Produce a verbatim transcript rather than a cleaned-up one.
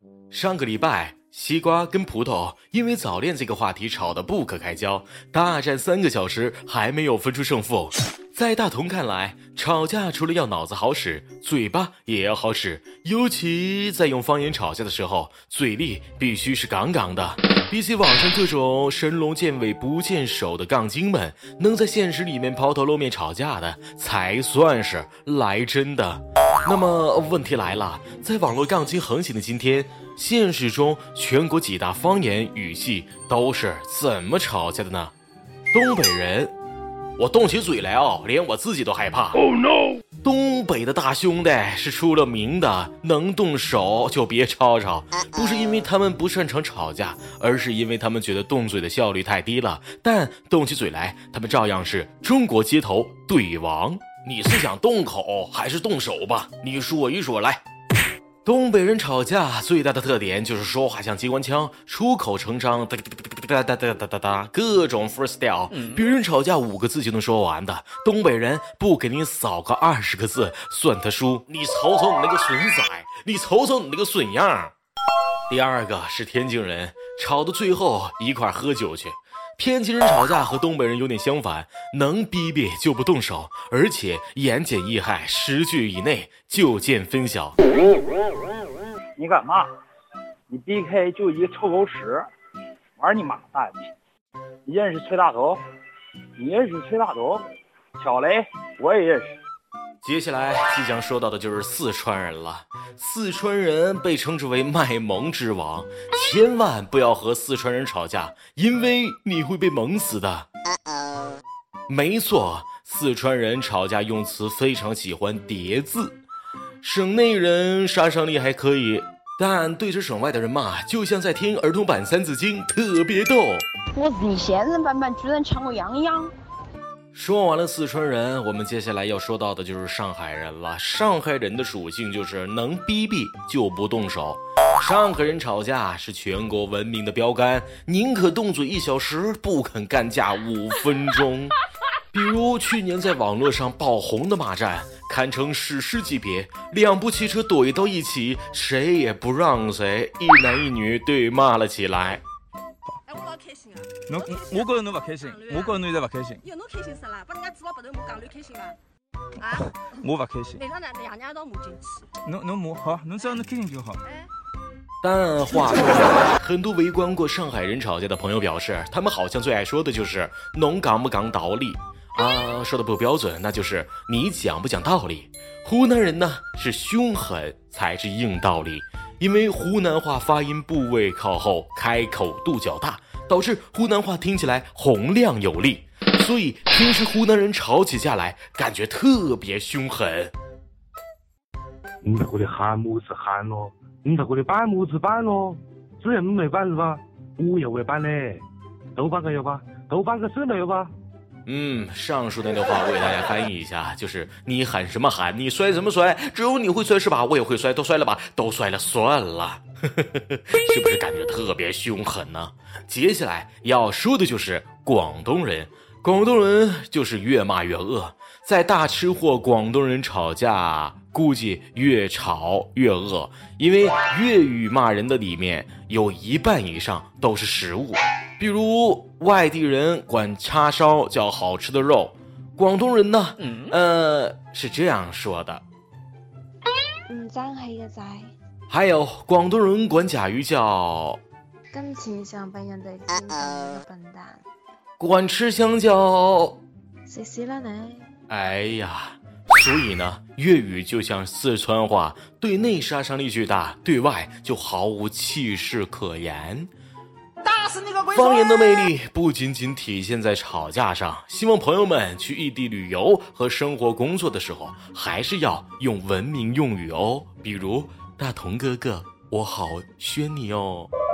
上个礼拜，西瓜跟葡萄因为早恋这个话题吵得不可开交，大战三个小时还没有分出胜负。在大同看来，吵架除了要脑子好使，嘴巴也要好使，尤其在用方言吵架的时候，嘴力必须是杠杠的。比起网上各种神龙见尾不见首的杠精们，能在现实里面抛头露面吵架的，才算是来真的。那么问题来了，在网络杠精横行的今天，现实中全国几大方言语系都是怎么吵架的呢？东北人，我动起嘴来哦，连我自己都害怕。Oh no！ 东北的大兄弟是出了名的，能动手就别吵吵，不是因为他们不擅长吵架，而是因为他们觉得动嘴的效率太低了。但动起嘴来，他们照样是中国街头怼王。你是想动口还是动手吧？你说一说来。东北人吵架最大的特点就是说话像机关枪，出口成章，哒哒哒哒哒哒哒，各种 freestyle，别人吵架五个字就能说完的，东北人不给你扫个二十个字算他输。你瞅瞅你那个损仔，你瞅瞅你那个损样。第二个是天津人，吵到最后一块喝酒去。天津人吵架和东北人有点相反，能逼逼就不动手，而且言简意赅，十句以内就见分晓。 你干嘛？你 B K 就一个臭狗屎，玩你妈蛋！你认识崔大头？你认识崔大头？小雷我也认识。 接下来即将说到的就是四川人了。四川人被称之为卖萌之王，千万不要和四川人吵架，因为你会被萌死的。没错，四川人吵架用词非常喜欢叠字，省内人杀伤力还可以，但对着省外的人骂，就像在听儿童版三字经，特别逗。 我是你现任版本居然抢我泱泱。 说完了四川人，我们接下来要说到的就是上海人了。上海人的属性就是能逼逼就不动手。上海人吵架是全国闻名的标杆，宁可动嘴一小时，不肯干架五分钟。比如去年在网络上爆红的骂战，堪称史诗级别，两部汽车怼到一起，谁也不让谁，一男一女对骂了起来。 哎，我老开心啊！ 侬我觉着侬勿开心，我觉着侬现在勿开心。 哟，侬开心啥啦？把人家嘴巴白头骂讲，侬开心伐？啊？ 我勿开心。 晚上呢，爷娘一道骂进去。 侬侬骂好，侬只要侬开心就好。 哎。 但话说回来，很多围观过上海人吵架的朋友表示，他们好像最爱说的就是“侬讲不讲道理”啊，说的不标准，那就是你讲不讲道理。湖南人呢是凶狠才是硬道理。因为湖南话发音部位靠后，开口度较大，导致湖南话听起来洪亮有力，所以平时湖南人吵起架来感觉特别凶狠。 你在这里喊么子喊咯，你在这里板么子板咯，只要你没板是吧？我也会板嘞，都板个要吧，都板个省了要吧。 嗯，上述那段话我给大家翻译一下，就是你喊什么喊，你摔什么摔，只有你会摔是吧？我也会摔，都摔了吧，都摔了算了，是不是感觉特别凶狠呢？接下来要说的就是广东人，广东人就是越骂越恶，在大吃货广东人吵架，估计越吵越饿，因为粤语骂人的里面有一半以上都是食物。比如外地人管叉烧叫好吃的肉，广东人呢，嗯、呃是这样说的， 唔爭氣嘅仔。 还有廣東人管甲魚叫今次想被人哋知道嘅笨蛋， 管吃香蕉食屎啦你！ 哎呀，所以呢，粤语就像四川话，对内杀伤力巨大，对外就毫无气势可言。 打死你个龟！ 方言的魅力不仅仅体现在吵架上，希望朋友们去异地旅游和生活工作的时候，还是要用文明用语哦，比如大同哥哥，我好宣你哦。